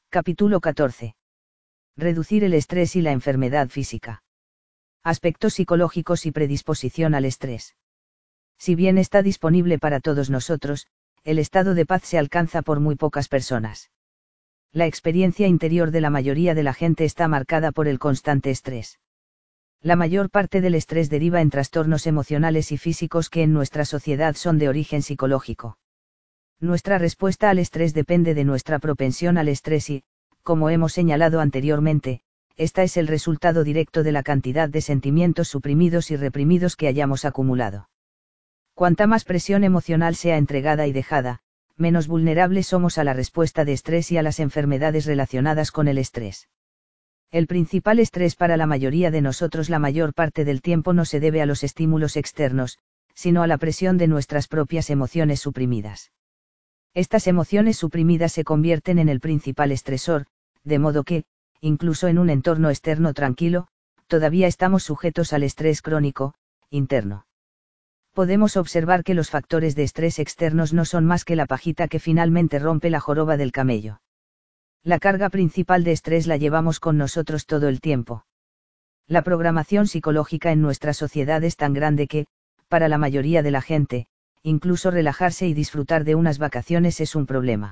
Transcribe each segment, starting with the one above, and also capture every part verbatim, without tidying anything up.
Capítulo catorce. Reducir el estrés y la enfermedad física. Aspectos psicológicos y predisposición al estrés. Si bien está disponible para todos nosotros, el estado de paz se alcanza por muy pocas personas. La experiencia interior de la mayoría de la gente está marcada por el constante estrés. La mayor parte del estrés deriva en trastornos emocionales y físicos que en nuestra sociedad son de origen psicológico. Nuestra respuesta al estrés depende de nuestra propensión al estrés y, como hemos señalado anteriormente, esta es el resultado directo de la cantidad de sentimientos suprimidos y reprimidos que hayamos acumulado. Cuanta más presión emocional sea entregada y dejada, menos vulnerables somos a la respuesta de estrés y a las enfermedades relacionadas con el estrés. El principal estrés para la mayoría de nosotros la mayor parte del tiempo no se debe a los estímulos externos, sino a la presión de nuestras propias emociones suprimidas. Estas emociones suprimidas se convierten en el principal estresor, de modo que, incluso en un entorno externo tranquilo, todavía estamos sujetos al estrés crónico, interno. Podemos observar que los factores de estrés externos no son más que la pajita que finalmente rompe la joroba del camello. La carga principal de estrés la llevamos con nosotros todo el tiempo. La programación psicológica en nuestra sociedad es tan grande que, para la mayoría de la gente, incluso relajarse y disfrutar de unas vacaciones es un problema.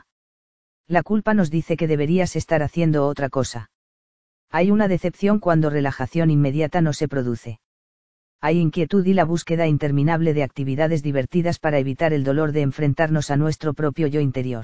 La culpa nos dice que deberías estar haciendo otra cosa. Hay una decepción cuando relajación inmediata no se produce. Hay inquietud y la búsqueda interminable de actividades divertidas para evitar el dolor de enfrentarnos a nuestro propio yo interior.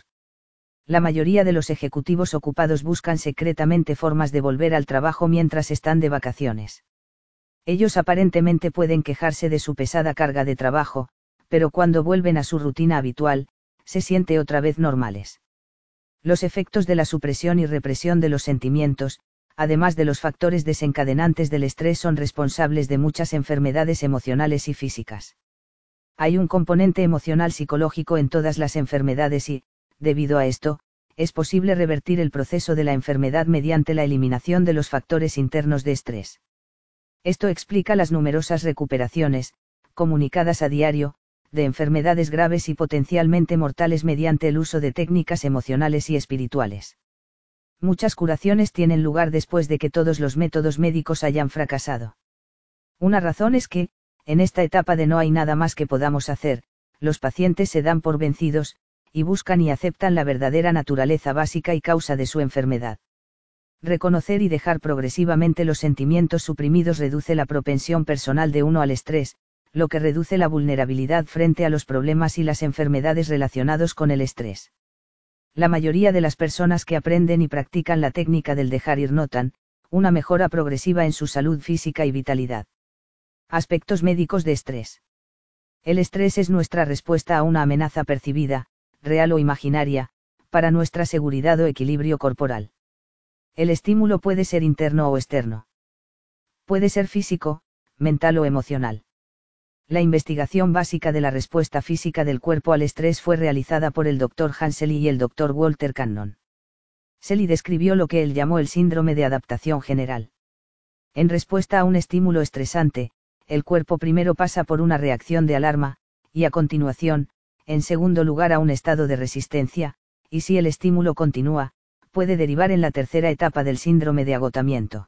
La mayoría de los ejecutivos ocupados buscan secretamente formas de volver al trabajo mientras están de vacaciones. Ellos aparentemente pueden quejarse de su pesada carga de trabajo, pero cuando vuelven a su rutina habitual, se siente otra vez normales. Los efectos de la supresión y represión de los sentimientos, además de los factores desencadenantes del estrés, son responsables de muchas enfermedades emocionales y físicas. Hay un componente emocional psicológico en todas las enfermedades y, debido a esto, es posible revertir el proceso de la enfermedad mediante la eliminación de los factores internos de estrés. Esto explica las numerosas recuperaciones, comunicadas a diario, de enfermedades graves y potencialmente mortales mediante el uso de técnicas emocionales y espirituales. Muchas curaciones tienen lugar después de que todos los métodos médicos hayan fracasado. Una razón es que, en esta etapa de no hay nada más que podamos hacer, los pacientes se dan por vencidos, y buscan y aceptan la verdadera naturaleza básica y causa de su enfermedad. Reconocer y dejar progresivamente los sentimientos suprimidos reduce la propensión personal de uno al estrés, lo que reduce la vulnerabilidad frente a los problemas y las enfermedades relacionados con el estrés. La mayoría de las personas que aprenden y practican la técnica del dejar ir notan una mejora progresiva en su salud física y vitalidad. Aspectos médicos de estrés. El estrés es nuestra respuesta a una amenaza percibida, real o imaginaria, para nuestra seguridad o equilibrio corporal. El estímulo puede ser interno o externo. Puede ser físico, mental o emocional. La investigación básica de la respuesta física del cuerpo al estrés fue realizada por el doctor Hans Selye y el doctor Walter Cannon. Selye describió lo que él llamó el síndrome de adaptación general. En respuesta a un estímulo estresante, el cuerpo primero pasa por una reacción de alarma, y a continuación, en segundo lugar a un estado de resistencia, y si el estímulo continúa, puede derivar en la tercera etapa del síndrome de agotamiento.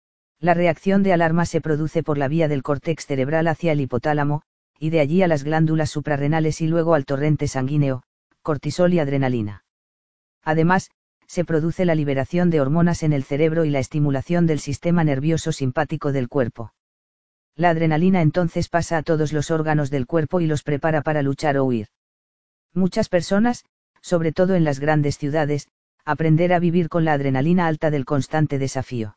La reacción de alarma se produce por la vía del córtex cerebral hacia el hipotálamo, y de allí a las glándulas suprarrenales y luego al torrente sanguíneo, cortisol y adrenalina. Además, se produce la liberación de hormonas en el cerebro y la estimulación del sistema nervioso simpático del cuerpo. La adrenalina entonces pasa a todos los órganos del cuerpo y los prepara para luchar o huir. Muchas personas, sobre todo en las grandes ciudades, aprender a vivir con la adrenalina alta del constante desafío.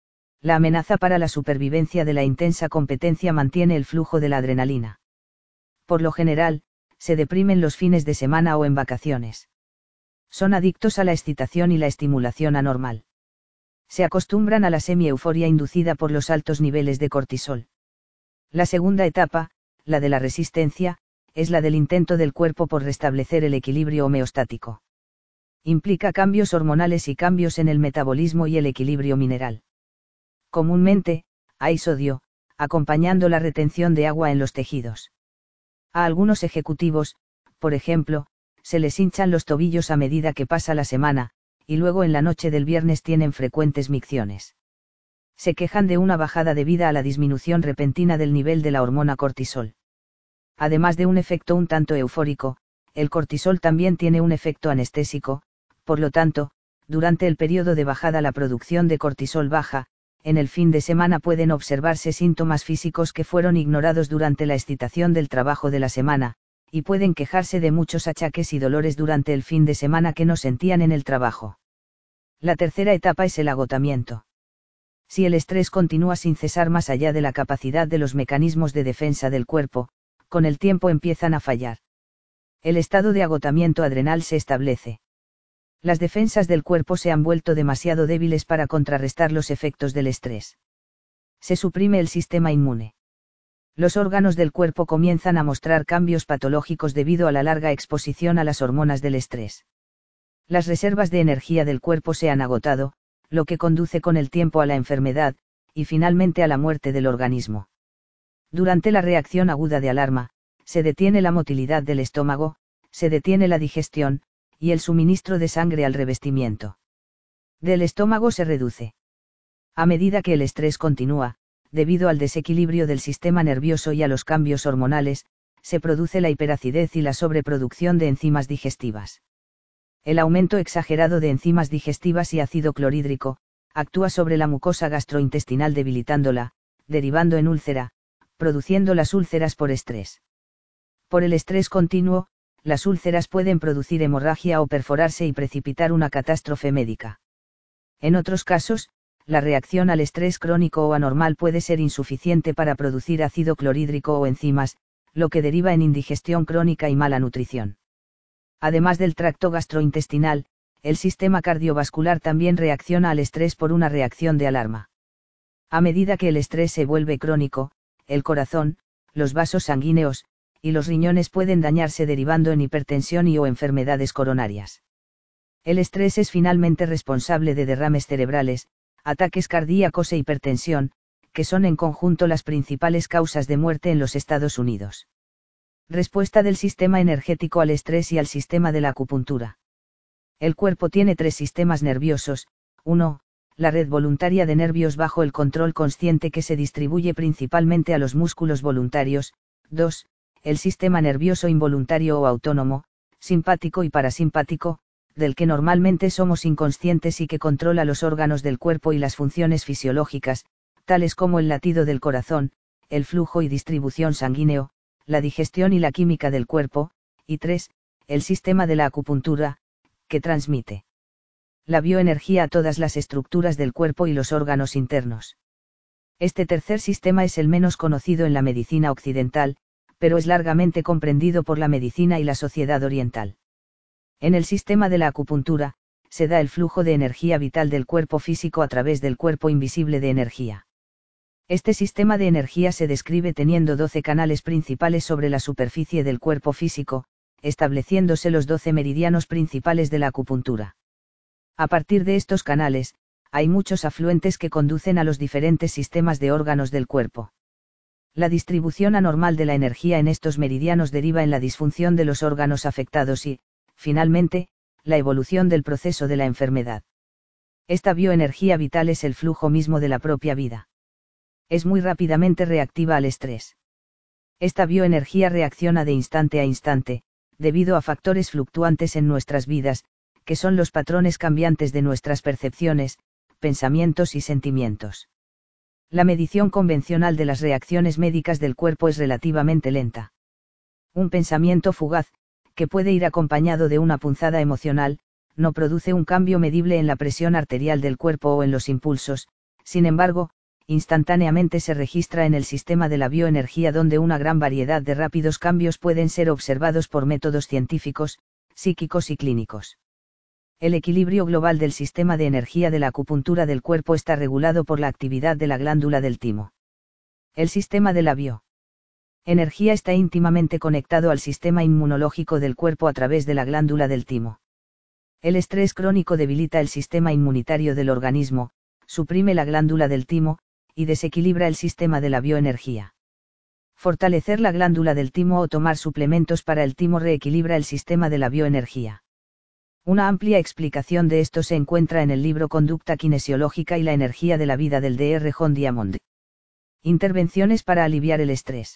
La amenaza para la supervivencia de la intensa competencia mantiene el flujo de la adrenalina. Por lo general, se deprimen los fines de semana o en vacaciones. Son adictos a la excitación y la estimulación anormal. Se acostumbran a la semi-euforia inducida por los altos niveles de cortisol. La segunda etapa, la de la resistencia, es la del intento del cuerpo por restablecer el equilibrio homeostático. Implica cambios hormonales y cambios en el metabolismo y el equilibrio mineral. Comúnmente, hay sodio, acompañando la retención de agua en los tejidos. A algunos ejecutivos, por ejemplo, se les hinchan los tobillos a medida que pasa la semana, y luego en la noche del viernes tienen frecuentes micciones. Se quejan de una bajada debida a la disminución repentina del nivel de la hormona cortisol. Además de un efecto un tanto eufórico, el cortisol también tiene un efecto anestésico, por lo tanto, durante el periodo de bajada la producción de cortisol baja, en el fin de semana pueden observarse síntomas físicos que fueron ignorados durante la excitación del trabajo de la semana, y pueden quejarse de muchos achaques y dolores durante el fin de semana que no sentían en el trabajo. La tercera etapa es el agotamiento. Si el estrés continúa sin cesar más allá de la capacidad de los mecanismos de defensa del cuerpo, con el tiempo empiezan a fallar. El estado de agotamiento adrenal se establece. Las defensas del cuerpo se han vuelto demasiado débiles para contrarrestar los efectos del estrés. Se suprime el sistema inmune. Los órganos del cuerpo comienzan a mostrar cambios patológicos debido a la larga exposición a las hormonas del estrés. Las reservas de energía del cuerpo se han agotado, lo que conduce con el tiempo a la enfermedad, y finalmente a la muerte del organismo. Durante la reacción aguda de alarma, se detiene la motilidad del estómago, se detiene la digestión, y el suministro de sangre al revestimiento del estómago se reduce. A medida que el estrés continúa, debido al desequilibrio del sistema nervioso y a los cambios hormonales, se produce la hiperacidez y la sobreproducción de enzimas digestivas. El aumento exagerado de enzimas digestivas y ácido clorhídrico, actúa sobre la mucosa gastrointestinal debilitándola, derivando en úlcera, produciendo las úlceras por estrés. Por el estrés continuo, las úlceras pueden producir hemorragia o perforarse y precipitar una catástrofe médica. En otros casos, la reacción al estrés crónico o anormal puede ser insuficiente para producir ácido clorhídrico o enzimas, lo que deriva en indigestión crónica y mala nutrición. Además del tracto gastrointestinal, el sistema cardiovascular también reacciona al estrés por una reacción de alarma. A medida que el estrés se vuelve crónico, el corazón, los vasos sanguíneos, y los riñones pueden dañarse derivando en hipertensión y o enfermedades coronarias. El estrés es finalmente responsable de derrames cerebrales, ataques cardíacos e hipertensión, que son en conjunto las principales causas de muerte en los Estados Unidos. Respuesta del sistema energético al estrés y al sistema de la acupuntura. El cuerpo tiene tres sistemas nerviosos: uno. La red voluntaria de nervios bajo el control consciente que se distribuye principalmente a los músculos voluntarios; dos. El sistema nervioso involuntario o autónomo, simpático y parasimpático, del que normalmente somos inconscientes y que controla los órganos del cuerpo y las funciones fisiológicas, tales como el latido del corazón, el flujo y distribución sanguíneo, la digestión y la química del cuerpo; y tres. El sistema de la acupuntura, que transmite la bioenergía a todas las estructuras del cuerpo y los órganos internos. Este tercer sistema es el menos conocido en la medicina occidental, pero es largamente comprendido por la medicina y la sociedad oriental. En el sistema de la acupuntura, se da el flujo de energía vital del cuerpo físico a través del cuerpo invisible de energía. Este sistema de energía se describe teniendo doce canales principales sobre la superficie del cuerpo físico, estableciéndose los doce meridianos principales de la acupuntura. A partir de estos canales, hay muchos afluentes que conducen a los diferentes sistemas de órganos del cuerpo. La distribución anormal de la energía en estos meridianos deriva en la disfunción de los órganos afectados y, finalmente, la evolución del proceso de la enfermedad. Esta bioenergía vital es el flujo mismo de la propia vida. Es muy rápidamente reactiva al estrés. Esta bioenergía reacciona de instante a instante, debido a factores fluctuantes en nuestras vidas, que son los patrones cambiantes de nuestras percepciones, pensamientos y sentimientos. La medición convencional de las reacciones médicas del cuerpo es relativamente lenta. Un pensamiento fugaz, que puede ir acompañado de una punzada emocional, no produce un cambio medible en la presión arterial del cuerpo o en los impulsos; sin embargo, instantáneamente se registra en el sistema de la bioenergía, donde una gran variedad de rápidos cambios pueden ser observados por métodos científicos, psíquicos y clínicos. El equilibrio global del sistema de energía de la acupuntura del cuerpo está regulado por la actividad de la glándula del timo. El sistema de la bioenergía está íntimamente conectado al sistema inmunológico del cuerpo a través de la glándula del timo. El estrés crónico debilita el sistema inmunitario del organismo, suprime la glándula del timo, y desequilibra el sistema de la bioenergía. Fortalecer la glándula del timo o tomar suplementos para el timo reequilibra el sistema de la bioenergía. Una amplia explicación de esto se encuentra en el libro Conducta kinesiológica y la energía de la vida del doctor John Diamond. Intervenciones para aliviar el estrés.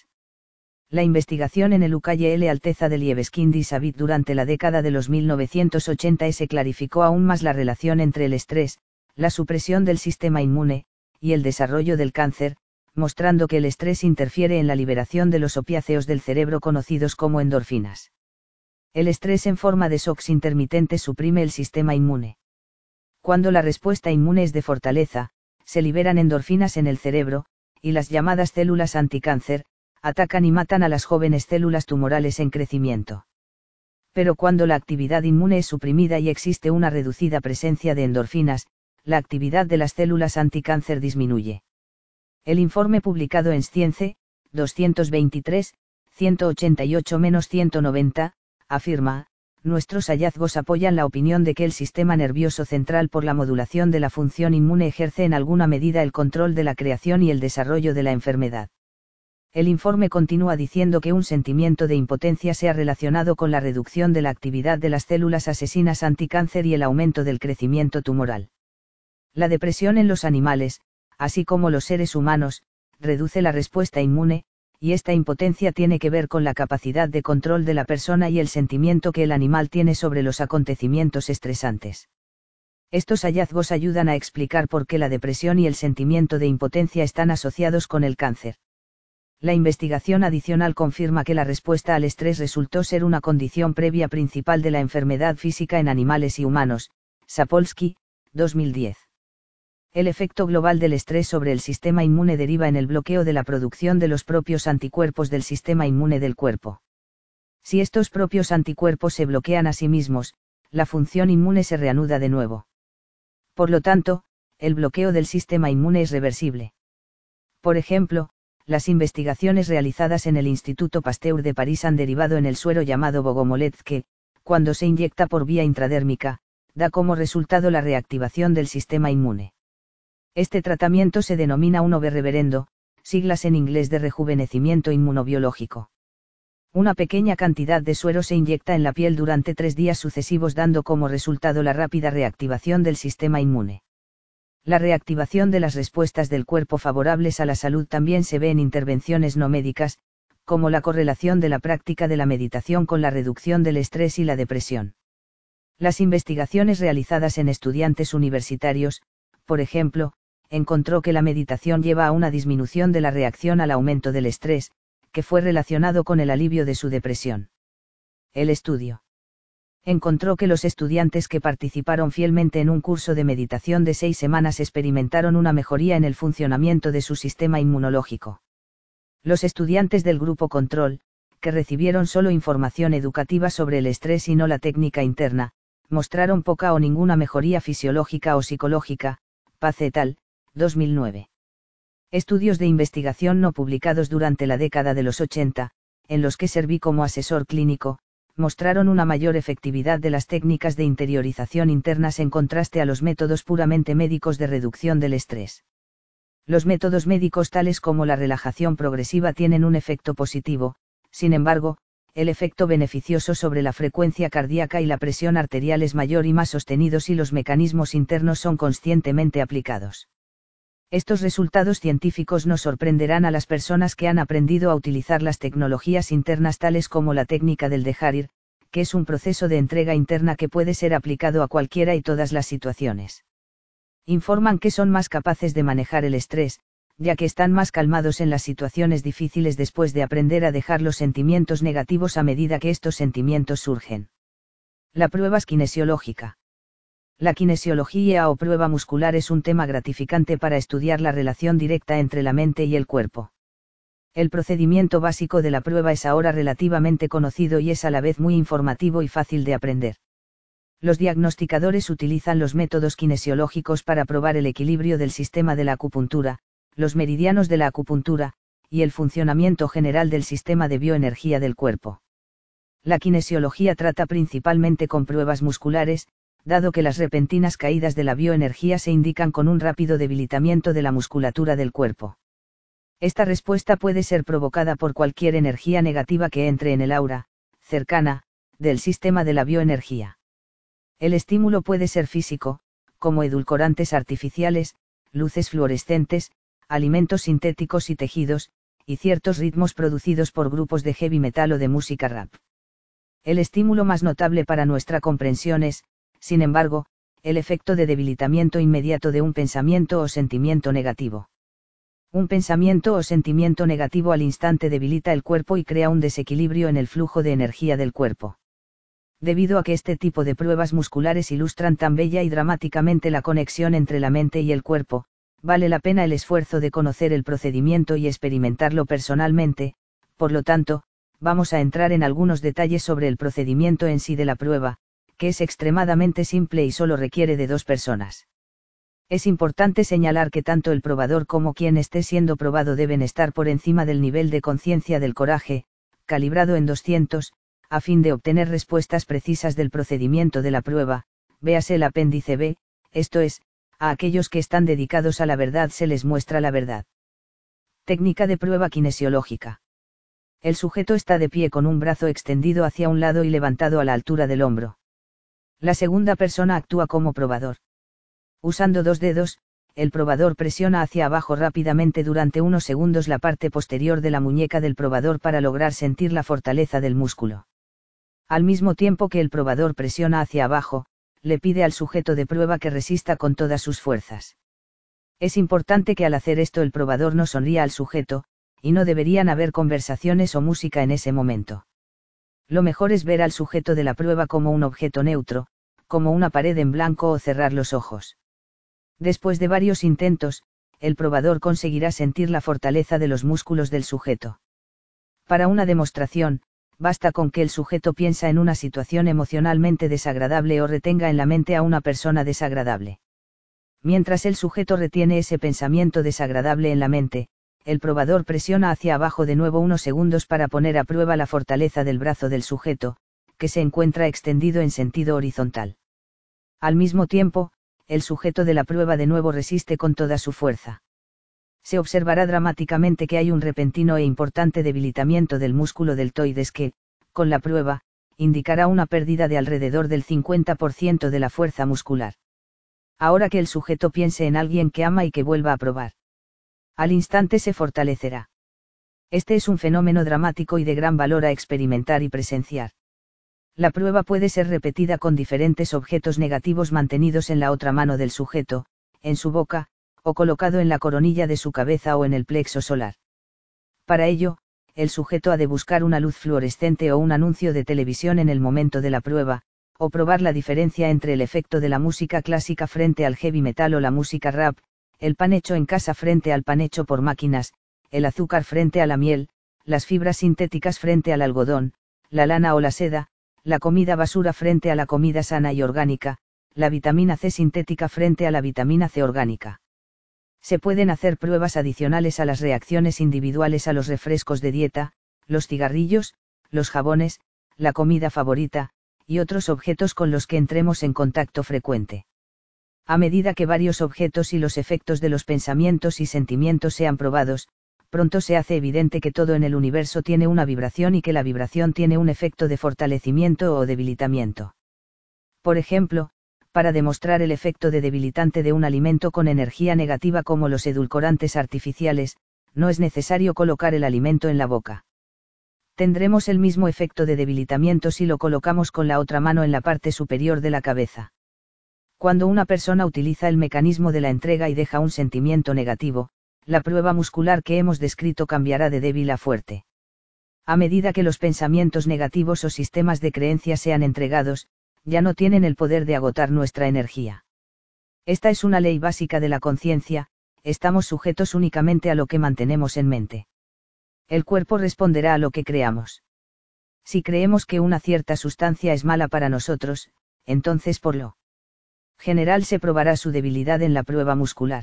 La investigación en el U K L Alteza de Libeskind y Savit durante la década de los mil novecientos ochenta se clarificó aún más la relación entre el estrés, la supresión del sistema inmune, y el desarrollo del cáncer, mostrando que el estrés interfiere en la liberación de los opiáceos del cerebro conocidos como endorfinas. El estrés en forma de shocks intermitentes suprime el sistema inmune. Cuando la respuesta inmune es de fortaleza, se liberan endorfinas en el cerebro, y las llamadas células anticáncer, atacan y matan a las jóvenes células tumorales en crecimiento. Pero cuando la actividad inmune es suprimida y existe una reducida presencia de endorfinas, la actividad de las células anticáncer disminuye. El informe publicado en Science, doscientos veintitrés, ciento ochenta y ocho a ciento noventa, afirma, nuestros hallazgos apoyan la opinión de que el sistema nervioso central por la modulación de la función inmune ejerce en alguna medida el control de la creación y el desarrollo de la enfermedad. El informe continúa diciendo que un sentimiento de impotencia se ha relacionado con la reducción de la actividad de las células asesinas anticáncer y el aumento del crecimiento tumoral. La depresión en los animales, así como los seres humanos, reduce la respuesta inmune, y esta impotencia tiene que ver con la capacidad de control de la persona y el sentimiento que el animal tiene sobre los acontecimientos estresantes. Estos hallazgos ayudan a explicar por qué la depresión y el sentimiento de impotencia están asociados con el cáncer. La investigación adicional confirma que la respuesta al estrés resultó ser una condición previa principal de la enfermedad física en animales y humanos. Sapolsky, dos mil diez. El efecto global del estrés sobre el sistema inmune deriva en el bloqueo de la producción de los propios anticuerpos del sistema inmune del cuerpo. Si estos propios anticuerpos se bloquean a sí mismos, la función inmune se reanuda de nuevo. Por lo tanto, el bloqueo del sistema inmune es reversible. Por ejemplo, las investigaciones realizadas en el Instituto Pasteur de París han derivado en el suero llamado Bogomolez que, cuando se inyecta por vía intradérmica, da como resultado la reactivación del sistema inmune. Este tratamiento se denomina un V reverendo, siglas en inglés de rejuvenecimiento inmunobiológico. Una pequeña cantidad de suero se inyecta en la piel durante tres días sucesivos dando como resultado la rápida reactivación del sistema inmune. La reactivación de las respuestas del cuerpo favorables a la salud también se ve en intervenciones no médicas, como la correlación de la práctica de la meditación con la reducción del estrés y la depresión. Las investigaciones realizadas en estudiantes universitarios, por ejemplo, encontró que la meditación lleva a una disminución de la reacción al aumento del estrés, que fue relacionado con el alivio de su depresión. El estudio encontró que los estudiantes que participaron fielmente en un curso de meditación de seis semanas experimentaron una mejoría en el funcionamiento de su sistema inmunológico. Los estudiantes del grupo control, que recibieron solo información educativa sobre el estrés y no la técnica interna, mostraron poca o ninguna mejoría fisiológica o psicológica. Paz et al., dos mil nueve. Estudios de investigación no publicados durante la década de los ochenta, en los que serví como asesor clínico, mostraron una mayor efectividad de las técnicas de interiorización internas en contraste a los métodos puramente médicos de reducción del estrés. Los métodos médicos tales como la relajación progresiva tienen un efecto positivo, sin embargo, el efecto beneficioso sobre la frecuencia cardíaca y la presión arterial es mayor y más sostenido si los mecanismos internos son conscientemente aplicados. Estos resultados científicos no sorprenderán a las personas que han aprendido a utilizar las tecnologías internas tales como la técnica del dejar ir, que es un proceso de entrega interna que puede ser aplicado a cualquiera y todas las situaciones. Informan que son más capaces de manejar el estrés, ya que están más calmados en las situaciones difíciles después de aprender a dejar los sentimientos negativos a medida que estos sentimientos surgen. La prueba kinesiológica. La kinesiología o prueba muscular es un tema gratificante para estudiar la relación directa entre la mente y el cuerpo. El procedimiento básico de la prueba es ahora relativamente conocido y es a la vez muy informativo y fácil de aprender. Los diagnosticadores utilizan los métodos kinesiológicos para probar el equilibrio del sistema de la acupuntura, los meridianos de la acupuntura, y el funcionamiento general del sistema de bioenergía del cuerpo. La kinesiología trata principalmente con pruebas musculares, dado que las repentinas caídas de la bioenergía se indican con un rápido debilitamiento de la musculatura del cuerpo. Esta respuesta puede ser provocada por cualquier energía negativa que entre en el aura, cercana, del sistema de la bioenergía. El estímulo puede ser físico, como edulcorantes artificiales, luces fluorescentes, alimentos sintéticos y tejidos, y ciertos ritmos producidos por grupos de heavy metal o de música rap. El estímulo más notable para nuestra comprensión es, sin embargo, el efecto de debilitamiento inmediato de un pensamiento o sentimiento negativo. Un pensamiento o sentimiento negativo al instante debilita el cuerpo y crea un desequilibrio en el flujo de energía del cuerpo. Debido a que este tipo de pruebas musculares ilustran tan bella y dramáticamente la conexión entre la mente y el cuerpo, vale la pena el esfuerzo de conocer el procedimiento y experimentarlo personalmente. Por lo tanto, vamos a entrar en algunos detalles sobre el procedimiento en sí de la prueba, que es extremadamente simple y solo requiere de dos personas. Es importante señalar que tanto el probador como quien esté siendo probado deben estar por encima del nivel de conciencia del coraje, calibrado en doscientos, a fin de obtener respuestas precisas del procedimiento de la prueba. Véase el apéndice B, esto es, a aquellos que están dedicados a la verdad se les muestra la verdad. Técnica de prueba kinesiológica. El sujeto está de pie con un brazo extendido hacia un lado y levantado a la altura del hombro. La segunda persona actúa como probador. Usando dos dedos, el probador presiona hacia abajo rápidamente durante unos segundos la parte posterior de la muñeca del probador para lograr sentir la fortaleza del músculo. Al mismo tiempo que el probador presiona hacia abajo, le pide al sujeto de prueba que resista con todas sus fuerzas. Es importante que al hacer esto el probador no sonría al sujeto, y no deberían haber conversaciones o música en ese momento. Lo mejor es ver al sujeto de la prueba como un objeto neutro, como una pared en blanco o cerrar los ojos. Después de varios intentos, el probador conseguirá sentir la fortaleza de los músculos del sujeto. Para una demostración, basta con que el sujeto piensa en una situación emocionalmente desagradable o retenga en la mente a una persona desagradable. Mientras el sujeto retiene ese pensamiento desagradable en la mente, el probador presiona hacia abajo de nuevo unos segundos para poner a prueba la fortaleza del brazo del sujeto, que se encuentra extendido en sentido horizontal. Al mismo tiempo, el sujeto de la prueba de nuevo resiste con toda su fuerza. Se observará dramáticamente que hay un repentino e importante debilitamiento del músculo deltoides que, con la prueba, indicará una pérdida de alrededor del cincuenta por ciento de la fuerza muscular. Ahora que el sujeto piense en alguien que ama y que vuelva a probar. Al instante se fortalecerá. Este es un fenómeno dramático y de gran valor a experimentar y presenciar. La prueba puede ser repetida con diferentes objetos negativos mantenidos en la otra mano del sujeto, en su boca, o colocado en la coronilla de su cabeza o en el plexo solar. Para ello, el sujeto ha de buscar una luz fluorescente o un anuncio de televisión en el momento de la prueba, o probar la diferencia entre el efecto de la música clásica frente al heavy metal o la música rap, el pan hecho en casa frente al pan hecho por máquinas, el azúcar frente a la miel, las fibras sintéticas frente al algodón, la lana o la seda, la comida basura frente a la comida sana y orgánica, la vitamina C sintética frente a la vitamina C orgánica. Se pueden hacer pruebas adicionales a las reacciones individuales a los refrescos de dieta, los cigarrillos, los jabones, la comida favorita, y otros objetos con los que entremos en contacto frecuente. A medida que varios objetos y los efectos de los pensamientos y sentimientos sean probados, pronto se hace evidente que todo en el universo tiene una vibración y que la vibración tiene un efecto de fortalecimiento o debilitamiento. Por ejemplo, para demostrar el efecto de debilitante de un alimento con energía negativa como los edulcorantes artificiales, no es necesario colocar el alimento en la boca. Tendremos el mismo efecto de debilitamiento si lo colocamos con la otra mano en la parte superior de la cabeza. Cuando una persona utiliza el mecanismo de la entrega y deja un sentimiento negativo, la prueba muscular que hemos descrito cambiará de débil a fuerte. A medida que los pensamientos negativos o sistemas de creencias sean entregados, ya no tienen el poder de agotar nuestra energía. Esta es una ley básica de la conciencia, estamos sujetos únicamente a lo que mantenemos en mente. El cuerpo responderá a lo que creamos. Si creemos que una cierta sustancia es mala para nosotros, entonces por lo general se probará su debilidad en la prueba muscular.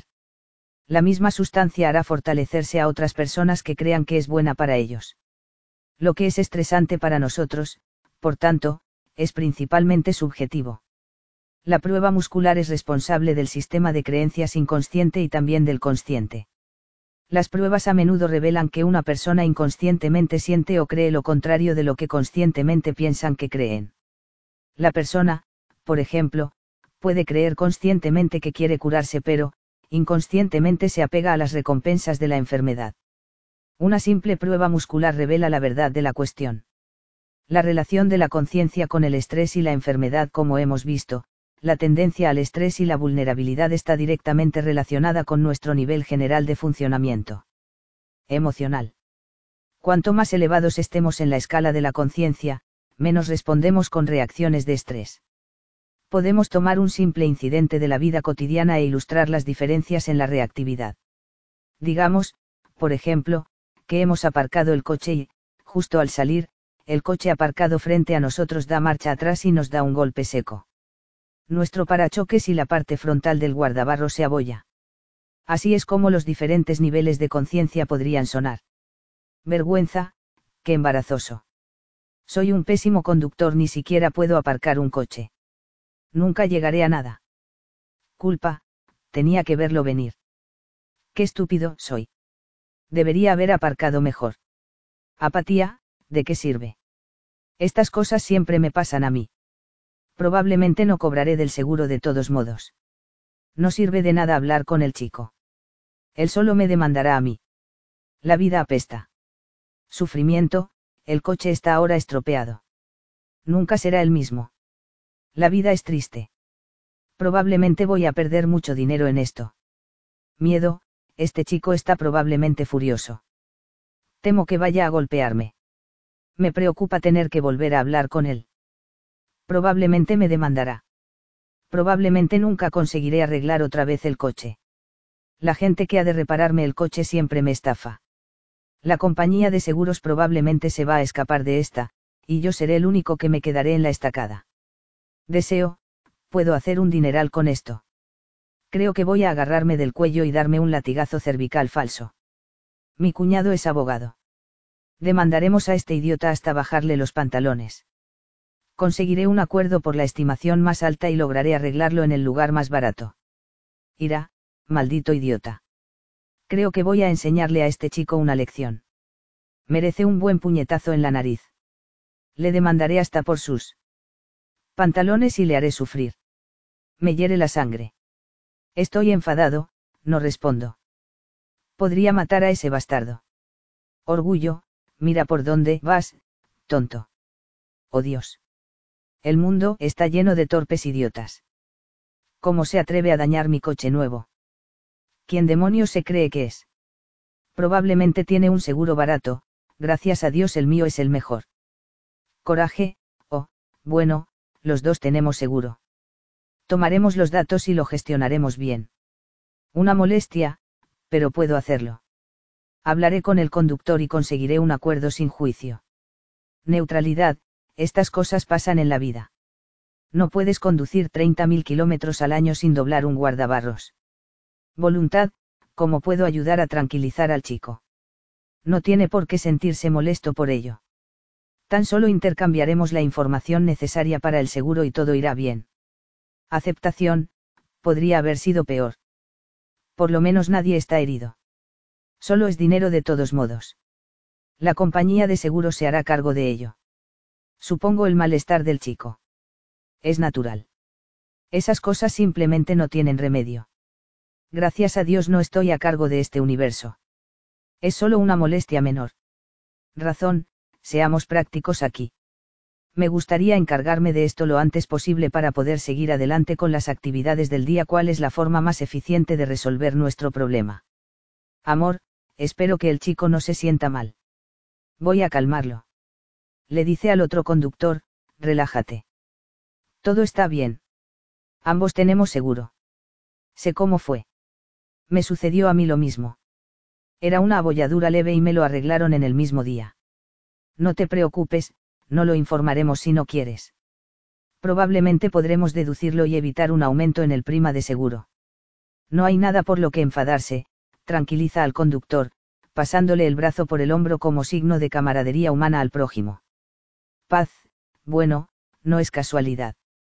La misma sustancia hará fortalecerse a otras personas que crean que es buena para ellos. Lo que es estresante para nosotros, por tanto, es principalmente subjetivo. La prueba muscular es responsable del sistema de creencias inconsciente y también del consciente. Las pruebas a menudo revelan que una persona inconscientemente siente o cree lo contrario de lo que conscientemente piensan que creen. La persona, por ejemplo, puede creer conscientemente que quiere curarse pero, inconscientemente se apega a las recompensas de la enfermedad. Una simple prueba muscular revela la verdad de la cuestión. La relación de la conciencia con el estrés y la enfermedad, como hemos visto, la tendencia al estrés y la vulnerabilidad está directamente relacionada con nuestro nivel general de funcionamiento emocional. Cuanto más elevados estemos en la escala de la conciencia, menos respondemos con reacciones de estrés. Podemos tomar un simple incidente de la vida cotidiana e ilustrar las diferencias en la reactividad. Digamos, por ejemplo, que hemos aparcado el coche y, justo al salir, el coche aparcado frente a nosotros da marcha atrás y nos da un golpe seco. Nuestro parachoques y la parte frontal del guardabarro se abolla. Así es como los diferentes niveles de conciencia podrían sonar. Vergüenza, qué embarazoso. Soy un pésimo conductor, ni siquiera puedo aparcar un coche. Nunca llegaré a nada. Culpa, tenía que verlo venir. Qué estúpido soy. Debería haber aparcado mejor. Apatía, ¿de qué sirve? Estas cosas siempre me pasan a mí. Probablemente no cobraré del seguro de todos modos. No sirve de nada hablar con el chico. Él solo me demandará a mí. La vida apesta. Sufrimiento, el coche está ahora estropeado. Nunca será el mismo. La vida es triste. Probablemente voy a perder mucho dinero en esto. Miedo, este chico está probablemente furioso. Temo que vaya a golpearme. Me preocupa tener que volver a hablar con él. Probablemente me demandará. Probablemente nunca conseguiré arreglar otra vez el coche. La gente que ha de repararme el coche siempre me estafa. La compañía de seguros probablemente se va a escapar de esta, y yo seré el único que me quedaré en la estacada. Deseo, puedo hacer un dineral con esto. Creo que voy a agarrarme del cuello y darme un latigazo cervical falso. Mi cuñado es abogado. Demandaremos a este idiota hasta bajarle los pantalones. Conseguiré un acuerdo por la estimación más alta y lograré arreglarlo en el lugar más barato. Ira, maldito idiota. Creo que voy a enseñarle a este chico una lección. Merece un buen puñetazo en la nariz. Le demandaré hasta por sus pantalones y le haré sufrir. Me hiere la sangre. Estoy enfadado, no respondo. Podría matar a ese bastardo. Orgullo, mira por dónde vas, tonto. Oh Dios. El mundo está lleno de torpes idiotas. ¿Cómo se atreve a dañar mi coche nuevo? ¿Quién demonios se cree que es? Probablemente tiene un seguro barato, gracias a Dios el mío es el mejor. Coraje, oh, bueno, los dos tenemos seguro. Tomaremos los datos y lo gestionaremos bien. Una molestia, pero puedo hacerlo. Hablaré con el conductor y conseguiré un acuerdo sin juicio. Neutralidad, estas cosas pasan en la vida. No puedes conducir treinta mil kilómetros al año sin doblar un guardabarros. Voluntad, ¿cómo puedo ayudar a tranquilizar al chico? No tiene por qué sentirse molesto por ello. Tan solo intercambiaremos la información necesaria para el seguro y todo irá bien. Aceptación, podría haber sido peor. Por lo menos nadie está herido. Solo es dinero de todos modos. La compañía de seguros se hará cargo de ello. Supongo el malestar del chico. Es natural. Esas cosas simplemente no tienen remedio. Gracias a Dios no estoy a cargo de este universo. Es solo una molestia menor. Razón, seamos prácticos aquí. Me gustaría encargarme de esto lo antes posible para poder seguir adelante con las actividades del día. ¿Cuál es la forma más eficiente de resolver nuestro problema? Amor, espero que el chico no se sienta mal. Voy a calmarlo. Le dice al otro conductor, relájate. Todo está bien. Ambos tenemos seguro. Sé cómo fue. Me sucedió a mí lo mismo. Era una abolladura leve y me lo arreglaron en el mismo día. No te preocupes, no lo informaremos si no quieres. Probablemente podremos deducirlo y evitar un aumento en el prima de seguro. No hay nada por lo que enfadarse, tranquiliza al conductor, pasándole el brazo por el hombro como signo de camaradería humana al prójimo. Paz, bueno, no es casualidad.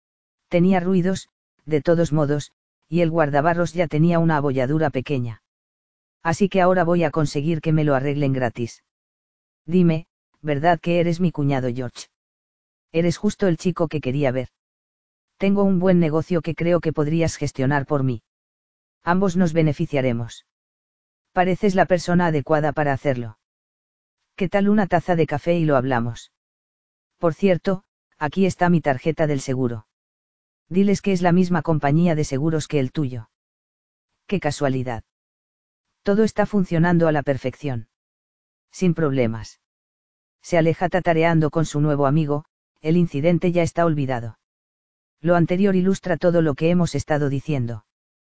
Tenía ruidos, de todos modos, y el guardabarros ya tenía una abolladura pequeña. Así que ahora voy a conseguir que me lo arreglen gratis. Dime, ¿verdad que eres mi cuñado George? Eres justo el chico que quería ver. Tengo un buen negocio que creo que podrías gestionar por mí. Ambos nos beneficiaremos. Pareces la persona adecuada para hacerlo. ¿Qué tal una taza de café y lo hablamos? Por cierto, aquí está mi tarjeta del seguro. Diles que es la misma compañía de seguros que el tuyo. Qué casualidad. Todo está funcionando a la perfección. Sin problemas. Se aleja tatareando con su nuevo amigo, el incidente ya está olvidado. Lo anterior ilustra todo lo que hemos estado diciendo.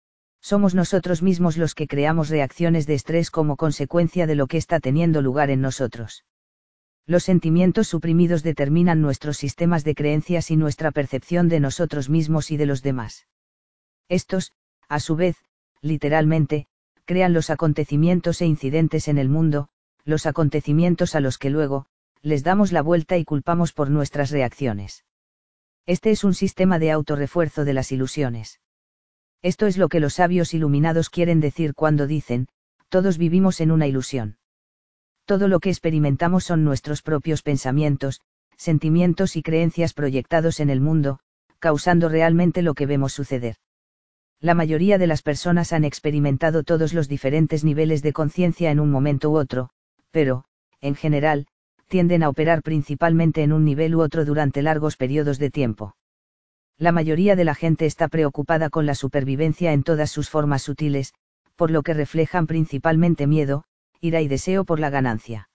Somos nosotros mismos los que creamos reacciones de estrés como consecuencia de lo que está teniendo lugar en nosotros. Los sentimientos suprimidos determinan nuestros sistemas de creencias y nuestra percepción de nosotros mismos y de los demás. Estos, a su vez, literalmente, crean los acontecimientos e incidentes en el mundo, los acontecimientos a los que luego, les damos la vuelta y culpamos por nuestras reacciones. Este es un sistema de autorrefuerzo de las ilusiones. Esto es lo que los sabios iluminados quieren decir cuando dicen, todos vivimos en una ilusión. Todo lo que experimentamos son nuestros propios pensamientos, sentimientos y creencias proyectados en el mundo, causando realmente lo que vemos suceder. La mayoría de las personas han experimentado todos los diferentes niveles de conciencia en un momento u otro, pero, en general, tienden a operar principalmente en un nivel u otro durante largos periodos de tiempo. La mayoría de la gente está preocupada con la supervivencia en todas sus formas sutiles, por lo que reflejan principalmente miedo, ira y deseo por la ganancia.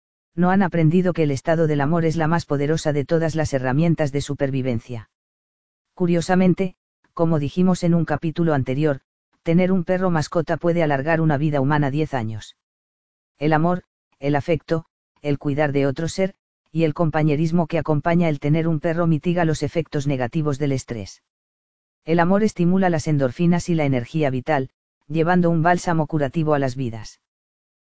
No han aprendido que el estado del amor es la más poderosa de todas las herramientas de supervivencia. Curiosamente, como dijimos en un capítulo anterior, tener un perro mascota puede alargar una vida humana diez años. El amor, el afecto, el cuidar de otro ser, y el compañerismo que acompaña el tener un perro mitiga los efectos negativos del estrés. El amor estimula las endorfinas y la energía vital, llevando un bálsamo curativo a las vidas.